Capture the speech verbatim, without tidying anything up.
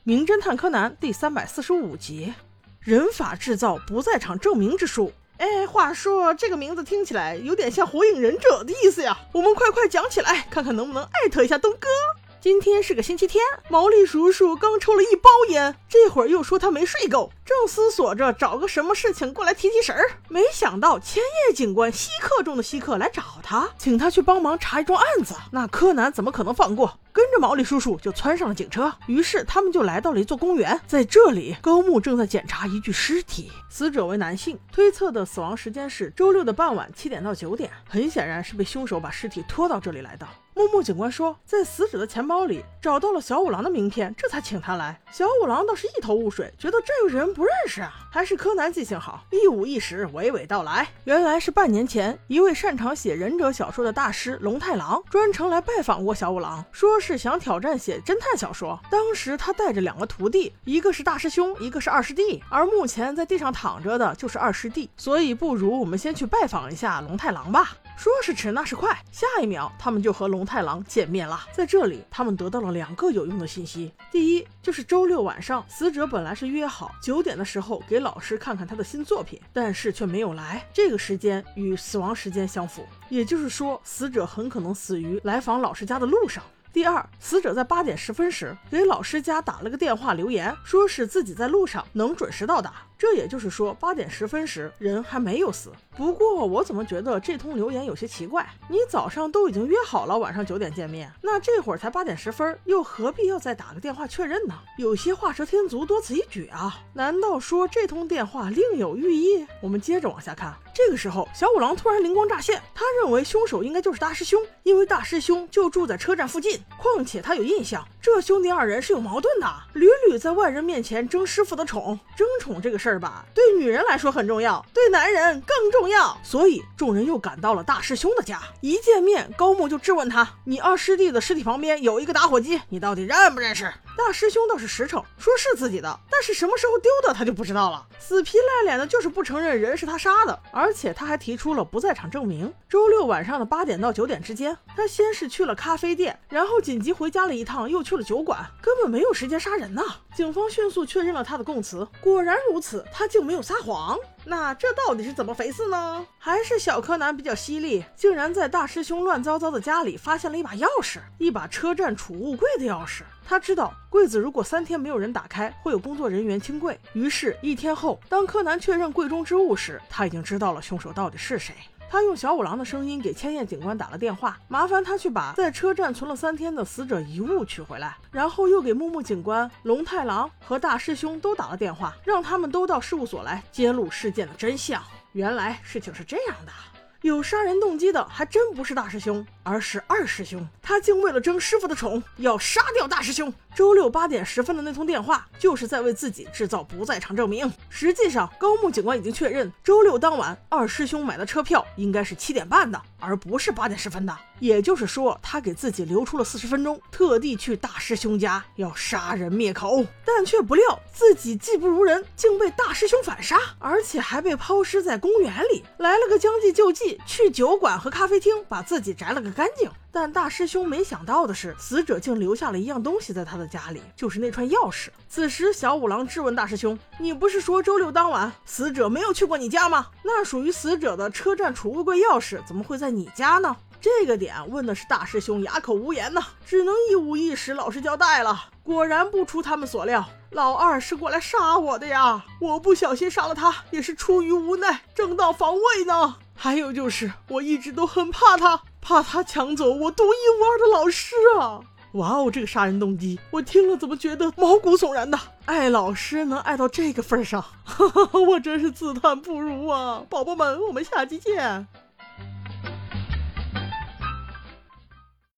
名侦探柯南第三百四十五集，人法制造不在场证明之术。哎，话说这个名字听起来有点像火影忍者的意思呀，我们快快讲起来，看看能不能艾特一下东哥。今天是个星期天，毛利叔叔刚抽了一包烟，这会儿又说他没睡够，正思索着找个什么事情过来提提神儿，没想到千叶警官稀客中的稀客来找他，请他去帮忙查一桩案子。那柯南怎么可能放过？跟着毛利叔叔就窜上了警车，于是他们就来到了一座公园。在这里，高木正在检查一具尸体，死者为男性，推测的死亡时间是周六的傍晚七点到九点，很显然是被凶手把尸体拖到这里来的。木木警官说，在死者的钱包里找到了小五郎的名片，这才请他来。小五郎倒是一头雾水，觉得这个人不认识啊，还是柯南记性好，一五一十娓娓道来。原来是半年前，一位擅长写忍者小说的大师龙太郎专程来拜访过小五郎，说是想挑战写侦探小说。当时他带着两个徒弟，一个是大师兄，一个是二师弟，而目前在地上躺着的就是二师弟，所以不如我们先去拜访一下龙太郎吧。说是迟那是快，下一秒他们就和龙太郎见面了。在这里他们得到了两个有用的信息，第一就是周六晚上死者本来是约好九点的时候给老师看看他的新作品，但是却没有来，这个时间与死亡时间相符，也就是说死者很可能死于来访老师家的路上。第二，死者在八点十分时给老师家打了个电话留言，说是自己在路上能准时到达，这也就是说八点十分时人还没有死。不过我怎么觉得这通留言有些奇怪，你早上都已经约好了晚上九点见面，那这会儿才八点十分，又何必要再打个电话确认呢？有些画蛇添足，多此一举啊。难道说这通电话另有寓意？我们接着往下看。这个时候小五郎突然灵光乍现，他认为凶手应该就是大师兄，因为大师兄就住在车站附近，况且他有印象这兄弟二人是有矛盾的，屡屡在外人面前争师傅的宠。争宠这个事儿吧，对女人来说很重要，对男人更重要，所以众人又赶到了大师兄的家。一见面，高木就质问他，你二师弟的尸体旁边有一个打火机，你到底认不认识？大师兄倒是实诚，说是自己的，但是什么时候丢的他就不知道了，死皮赖脸的就是不承认人是他杀的，而且他还提出了不在场证明。周六晚上的八点到九点之间，他先是去了咖啡店，然后紧急回家了一趟，又去了酒馆，根本没有时间杀人呐。警方迅速确认了他的供词，果然如此，他竟没有撒谎。那这到底是怎么回事呢？还是小柯南比较犀利，竟然在大师兄乱糟糟的家里发现了一把钥匙，一把车站储物柜的钥匙。他知道柜子如果三天没有人打开，会有工作人员清柜，于是一天后，当柯南确认柜中之物时，他已经知道了凶手到底是谁。他用小五郎的声音给千叶警官打了电话，麻烦他去把在车站存了三天的死者遗物取回来，然后又给木木警官、龙太郎和大师兄都打了电话，让他们都到事务所来揭露事件的真相。原来事情是这样的，有杀人动机的还真不是大师兄，而是二师兄，他竟为了争师傅的宠要杀掉大师兄。周六八点十分的那通电话就是在为自己制造不在场证明。实际上高木警官已经确认，周六当晚二师兄买的车票应该是七点半的，而不是八点十分的，也就是说他给自己留出了四十分钟，特地去大师兄家要杀人灭口，但却不料自己技不如人，竟被大师兄反杀，而且还被抛尸在公园里。来了个将计就计，去酒馆和咖啡厅把自己摘了个干净。但大师兄没想到的是，死者竟留下了一样东西在他的家里，就是那串钥匙。此时小五郎质问大师兄，你不是说周六当晚死者没有去过你家吗？那属于死者的车站储物柜钥匙怎么会在你家呢？这个点问的是大师兄哑口无言呢，只能一五一十老实交代了。果然不出他们所料，老二是过来杀我的呀，我不小心杀了他也是出于无奈，正当防卫呢。还有就是我一直都很怕他，怕他抢走我独一无二的老师啊。哇哦，这个杀人动机我听了怎么觉得毛骨悚然的，爱老师能爱到这个份上，我真是自叹不如啊。宝宝们，我们下期见。